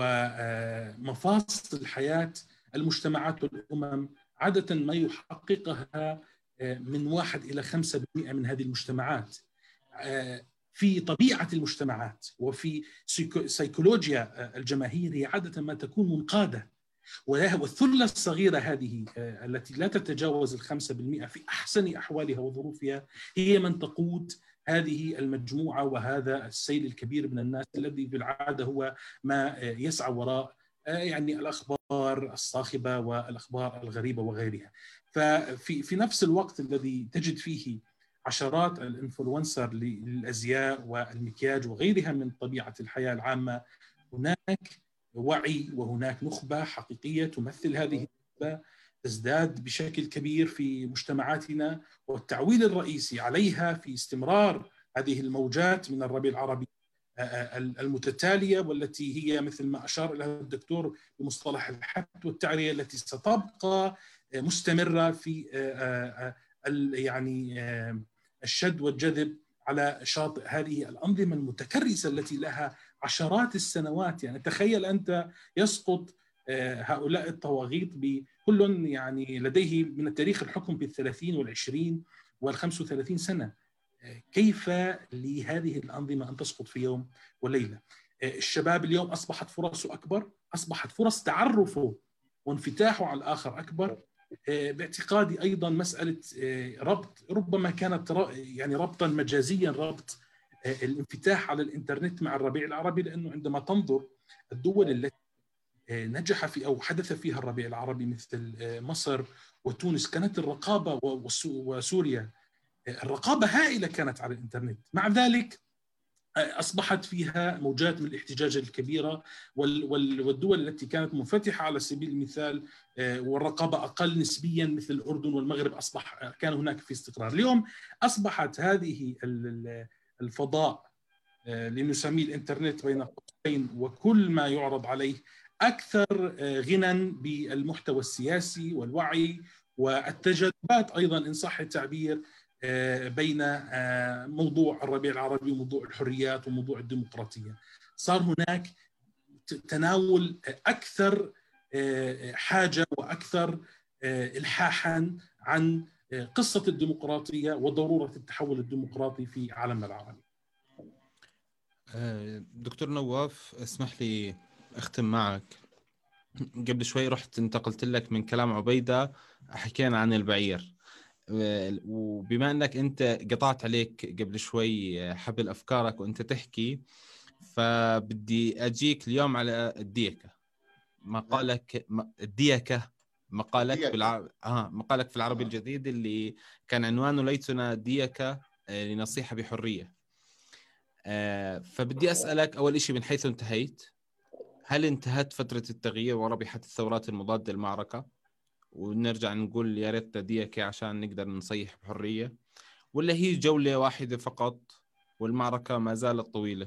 ومفاصل حياة المجتمعات والأمم عادة ما يحققها من 1 إلى 5% من هذه المجتمعات. في طبيعة المجتمعات وفي سيكولوجيا الجماهير هي عادة ما تكون منقادة، والثلة الصغيرة هذه التي لا تتجاوز 5% في أحسن أحوالها وظروفها هي من تقود هذه المجموعة وهذا السيل الكبير من الناس الذي بالعادة هو ما يسعى وراء يعني الأخبار الصاخبة والأخبار الغريبة وغيرها. ففي نفس الوقت الذي تجد فيه عشرات الانفلونسر للأزياء والمكياج وغيرها من طبيعة الحياة العامة، هناك وعي وهناك نخبة حقيقية تمثل هذه النخبة تزداد بشكل كبير في مجتمعاتنا، والتعويل الرئيسي عليها في استمرار هذه الموجات من الربيع العربي المتتالية، والتي هي مثل ما أشار إليها الدكتور بمصطلح الحث والتعرية التي ستبقى مستمرة في يعني الشد والجذب على شاطئ هذه الأنظمة المتكرسة التي لها عشرات السنوات. يعني تخيل أنت يسقط هؤلاء الطواغيت بكل يعني لديه من التاريخ الحكم ب30 وال20 وال35 سنة. كيف لهذه الأنظمة أن تسقط في يوم وليلة؟ الشباب اليوم أصبحت فرصه أكبر، أصبحت فرص تعرفه وانفتاحه على الآخر أكبر، باعتقادي أيضا مسألة ربط، ربما كانت يعني ربطا مجازيا، ربط الانفتاح على الإنترنت مع الربيع العربي، لأنه عندما تنظر الدول التي نجح في أو حدث فيها الربيع العربي مثل مصر وتونس، كانت الرقابة وسوريا الرقابة هائلة كانت على الإنترنت، مع ذلك أصبحت فيها موجات من الاحتجاج الكبيرة، والدول التي كانت منفتحة على سبيل المثال والرقابة أقل نسبيا مثل الأردن والمغرب كان هناك في استقرار. اليوم أصبحت هذه الفضاء لنسميه الإنترنت بين قوسين وكل ما يعرض عليه أكثر غنى بالمحتوى السياسي والوعي والتجاذبات أيضا إن صح التعبير بين موضوع الربيع العربي وموضوع الحريات وموضوع الديمقراطية. صار هناك تناول أكثر حاجة وأكثر إلحاحا عن قصة الديمقراطية وضرورة التحول الديمقراطي في عالمنا العربي. دكتور نواف، اسمح لي أختم معك. قبل شوي رحت انتقلت لك من كلام عبيدة، حكينا عن البعير، وبما أنك أنت قطعت عليك قبل شوي حبل أفكارك وأنت تحكي، فبدي أجيك اليوم على الديكة. مقالك الديكة، مقالك في العربي الجديد اللي كان عنوانه ليتنا ديكة لنصيحة بحرية. فبدي أسألك أول إشي، من حيث انتهيت، هل انتهت فترة التغيير وربحت الثورات المضادة للمعركة ونرجع نقول يا ريت ديكة عشان نقدر نصيح بحرية، ولا هي جولة واحدة فقط والمعركة ما زالت طويلة؟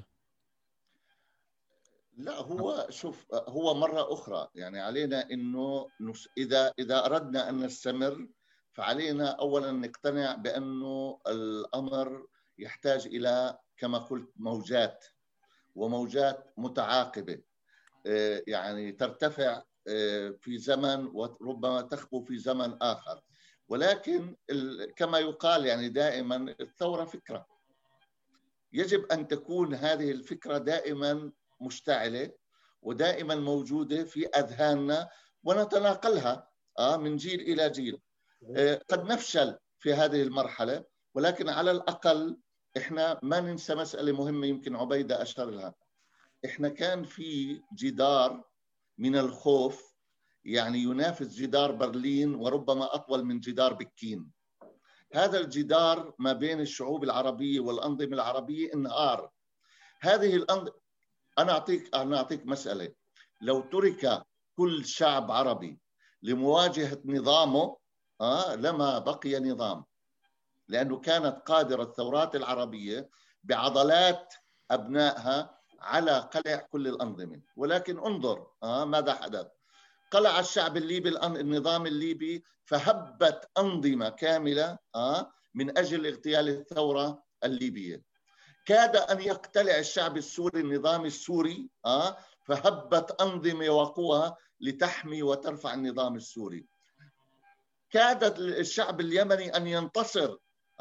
لا، هو شوف، هو مرة أخرى يعني علينا إنه إذا أردنا أن نستمر فعلينا أولا نقتنع بأنه الأمر يحتاج إلى كما قلت موجات، وموجات متعاقبة، يعني ترتفع في زمن وربما تخبو في زمن آخر. ولكن كما يقال يعني دائما الثورة فكرة، يجب أن تكون هذه الفكرة دائما مشتعلة ودائما موجودة في أذهاننا ونتناقلها من جيل إلى جيل. قد نفشل في هذه المرحلة، ولكن على الأقل إحنا ما ننسى مسألة مهمة يمكن عبيدة أشار لها. إحنا كان في جدار من الخوف يعني ينافس جدار برلين وربما أطول من جدار بكين. هذا الجدار ما بين الشعوب العربية والأنظمة العربية انهار. هذه الأنظمة، أنا أعطيك مسألة، لو ترك كل شعب عربي لمواجهة نظامه لما بقي نظام، لأنه كانت قادرة الثورات العربية بعضلات أبنائها على قلع كل الأنظمة. ولكن انظر ماذا حدث. قلع الشعب الليبي النظام الليبي، فهبت أنظمة كاملة من أجل اغتيال الثورة الليبية. كاد أن يقتلع الشعب السوري النظام السوري، فهبت أنظمة وقوى لتحمي وترفع النظام السوري. كاد الشعب اليمني أن ينتصر،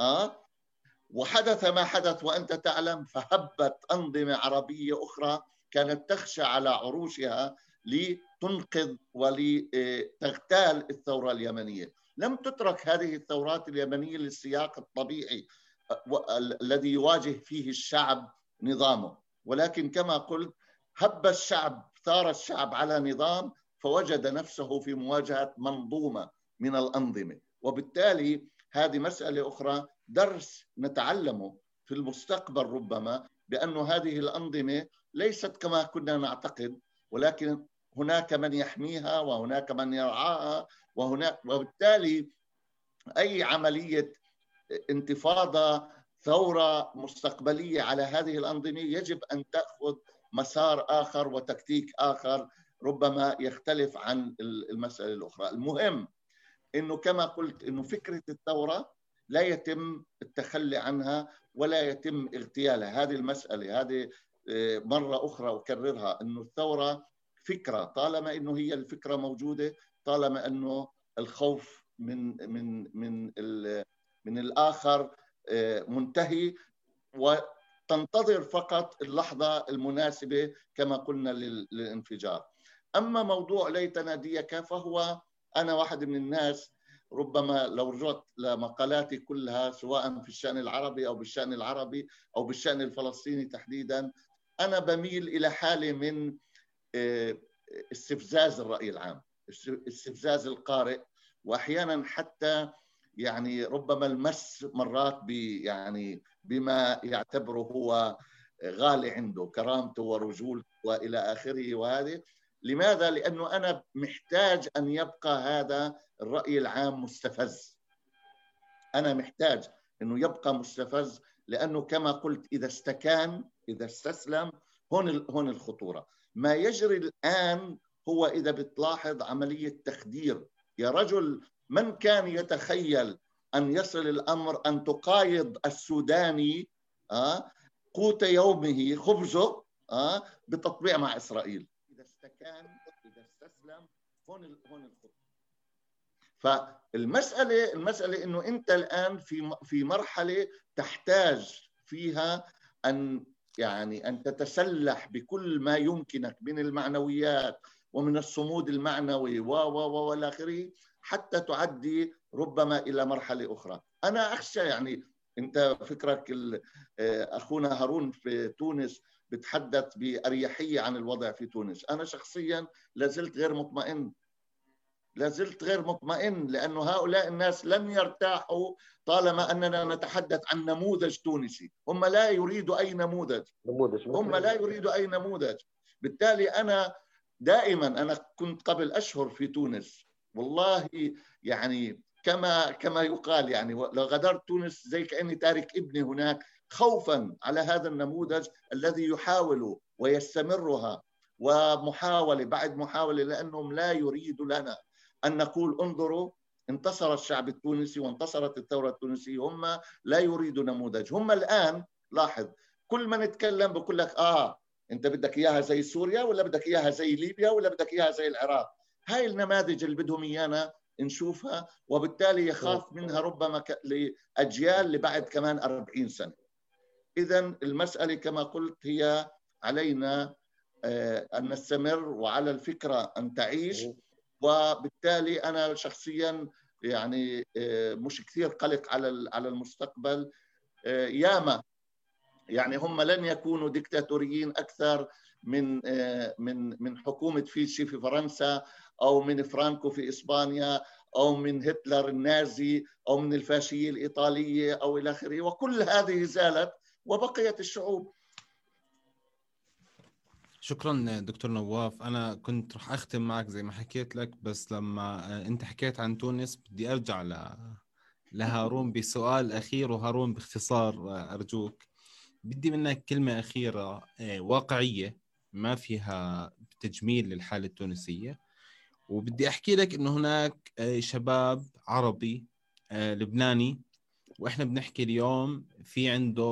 وحدث ما حدث وأنت تعلم، فهبت أنظمة عربية أخرى كانت تخشى على عروشها لتنقذ ولتغتال الثورة اليمنية. لم تترك هذه الثورات اليمنية للسياق الطبيعي الذي يواجه فيه الشعب نظامه، ولكن كما قلت هب الشعب، ثار الشعب على نظام، فوجد نفسه في مواجهة منظومة من الأنظمة. وبالتالي هذه مسألة أخرى، درس نتعلمه في المستقبل ربما، بأن هذه الأنظمة ليست كما كنا نعتقد، ولكن هناك من يحميها وهناك من يرعاها، وبالتالي أي عملية انتفاضة ثورة مستقبلية على هذه الأنظمة يجب أن تأخذ مسار آخر وتكتيك آخر ربما يختلف عن المسألة الأخرى. المهم إنه كما قلت إنه فكرة الثورة لا يتم التخلي عنها ولا يتم اغتيالها. هذه المسألة هذه مرة أخرى أكررها، إنه الثورة فكرة، طالما إنه هي الفكرة موجودة، طالما إنه الخوف من الآخر منتهي، وتنتظر فقط اللحظة المناسبة كما قلنا للانفجار. أما موضوع ليتنا ديكة فهو أنا واحد من الناس ربما لو رجعت لمقالاتي كلها سواء في الشأن العربي أو بالشأن العربي أو بالشأن الفلسطيني تحديدا، أنا بميل إلى حالة من استفزاز الرأي العام، استفزاز القارئ، وأحيانا حتى يعني ربما المس مرات يعني بما يعتبره هو غالي عنده، كرامته ورجولته وإلى آخره. وهذه لماذا؟ لأنه أنا محتاج أن يبقى هذا الرأي العام مستفز. أنا محتاج أنه يبقى مستفز، لأنه كما قلت إذا استكان، إذا استسلم، هون الخطورة. ما يجري الآن هو إذا بتلاحظ عملية تخدير. يا رجل، من كان يتخيل أن يصل الأمر أن تقايض السوداني قوت يومه خبزه بتطبيع مع إسرائيل؟ إذا استكان، إذا استسلم، هون الخطورة. فالمسألة إنه أنت الآن في مرحلة تحتاج فيها أن تتسلح بكل ما يمكنك من المعنويات ومن الصمود المعنوي والى اخره حتى تعدي ربما إلى مرحلة أخرى. أنا أخشى يعني أنت فكرك أخونا هارون في تونس بتحدث بأريحية عن الوضع في تونس. أنا شخصيا لازلت غير مطمئن لأنه هؤلاء الناس لن يرتاحوا طالما أننا نتحدث عن نموذج تونسي. هم لا يريدوا أي نموذج. بالتالي أنا دائما، أنا كنت قبل أشهر في تونس والله يعني كما يقال يعني لو غادرت تونس زي كأني تارك ابني هناك، خوفا على هذا النموذج الذي يحاول ويستمرها ومحاولة بعد محاولة، لأنهم لا يريدوا لنا أن نقول انظروا انتصر الشعب التونسي وانتصرت الثورة التونسية. هم لا يريدوا نموذج. هم الآن لاحظ كل ما نتكلم بقول لك أنت بدك إياها زي سوريا ولا بدك إياها زي ليبيا ولا بدك إياها زي العراق. هاي النماذج اللي بدهم إيانا نشوفها، وبالتالي يخاف منها ربما لأجيال لبعد كمان 40 سنة. إذن المسألة كما قلت هي علينا أن نستمر وعلى الفكرة أن تعيش. وبالتالي أنا شخصيا يعني مش كثير قلق على المستقبل. ياما يعني هم لن يكونوا ديكتاتوريين أكثر من حكومة فيشي في فرنسا أو من فرانكو في إسبانيا أو من هتلر النازي أو من الفاشية الإيطالية أو إلى آخره. وكل هذه زالت وبقيت الشعوب. شكرا دكتور نواف. أنا كنت رح أختم معك زي ما حكيت لك، بس لما أنت حكيت عن تونس بدي أرجع لهارون بسؤال أخير. وهارون باختصار أرجوك، بدي منك كلمة أخيرة واقعية ما فيها تجميل للحالة التونسية. وبدي أحكي لك إنه هناك شباب عربي لبناني، وإحنا بنحكي اليوم في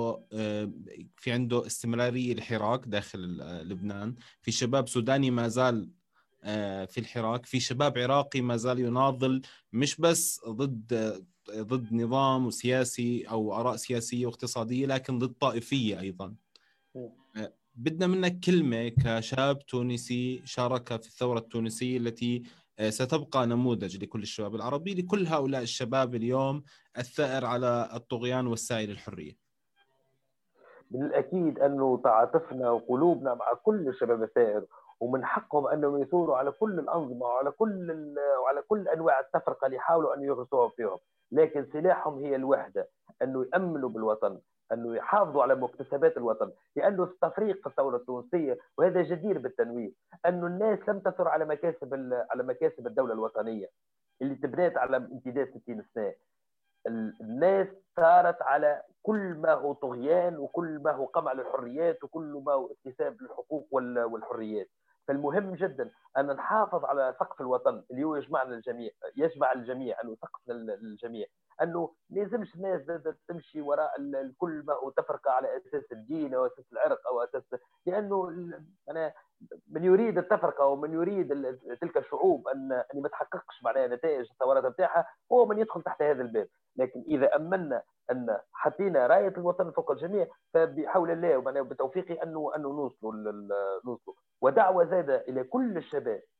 عنده استمرارية الحراك داخل لبنان. في شباب سوداني ما زال في الحراك، في شباب عراقي ما زال يناضل مش بس ضد نظام وسياسي أو آراء سياسية واقتصادية، لكن ضد طائفية أيضا. بدنا منك كلمة كشاب تونسي شارك في الثورة التونسية التي ستبقى نموذج لكل الشباب العربي، لكل هؤلاء الشباب اليوم الثائر على الطغيان والسعي للحرية. بالأكيد أنه تعاطفنا وقلوبنا مع كل الشباب الثائر، ومن حقهم أنهم يثوروا على كل الأنظمة وعلى كل أنواع التفرقة اللي يحاولوا أن يغرسوها فيهم. لكن سلاحهم هي الوحدة، أنه يأمنوا بالوطن، أنه يحافظوا على مكتسبات الوطن. لأنه تفريق الثورة التونسية، وهذا جدير بالتنويه، أنه الناس لم تثر على مكاسب الدولة الوطنية اللي تبنات على امتداد 60 سنة. الناس ثارت على كل ما هو طغيان وكل ما هو قمع للحريات وكل ما هو اكتساب للحقوق والحريات. فالمهم جدا أن نحافظ على سقف الوطن اللي هو يجمع الجميع، أنه سقفنا الجميع، أنه ما يلزمش الناس تمشي وراء كل ما هو تفرقة على أساس الدين أو أساس العرق أو أساس، لأنه أنا من يريد التفرقة ومن يريد تلك الشعوب أن ما تحققش معناها نتائج الثورات بتاعها هو من يدخل تحت هذا الباب. لكن إذا أمنا أن حطينا راية الوطن فوق الجميع، فبحول الله وبتوفيقه أنه نوصلوا. ودعوة زادة إلى كل الشباب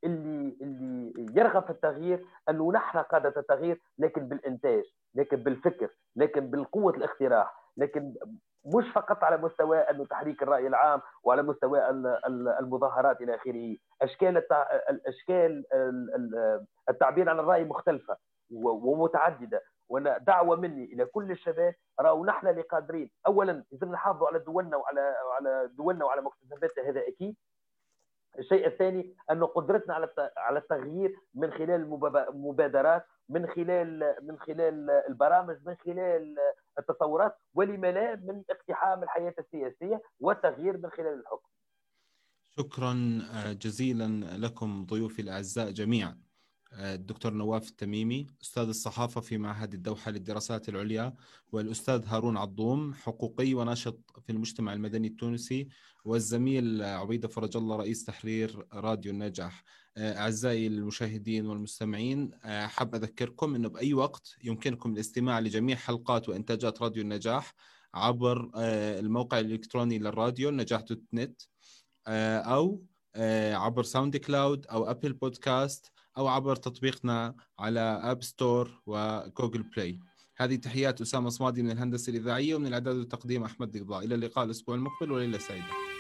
اللي يرغب في التغيير انه نحن قاده التغيير، لكن بالانتاج، لكن بالفكر، لكن بالقوه الاقتراح، لكن مش فقط على مستوى انه تحريك الراي العام وعلى مستوى المظاهرات الى اخره. اشكال التعبير عن الراي مختلفه ومتعدده. وانا دعوه مني الى كل الشباب، راوا نحن اللي قادرين. اولا لازم نحافظوا على دولنا وعلى مكتسباتنا، هذا اكيد. الشيء الثاني أن قدرتنا على التغيير من خلال المبادرات، من خلال البرامج، من خلال التصورات، ولما لا من اقتحام الحياة السياسية والتغيير من خلال الحكم. شكرا جزيلا لكم ضيوفي الأعزاء جميعا. الدكتور نواف التميمي أستاذ الصحافة في معهد الدوحة للدراسات العليا، والأستاذ هارون عضوم حقوقي وناشط في المجتمع المدني التونسي، والزميل عبيدة فرج الله رئيس تحرير راديو النجاح. أعزائي المشاهدين والمستمعين، حاب أذكركم أنه بأي وقت يمكنكم الاستماع لجميع حلقات وإنتاجات راديو النجاح عبر الموقع الإلكتروني للراديو النجاح.نت، أو عبر ساوند كلاود أو أبل بودكاست، أو عبر تطبيقنا على أب ستور وجوجل بلاي. هذه تحيات أسامة صمادي من الهندسة الإذاعية، ومن الإعداد والتقديم أحمد ضيضاء. إلى اللقاء الأسبوع المقبل، وليلة سعيدة.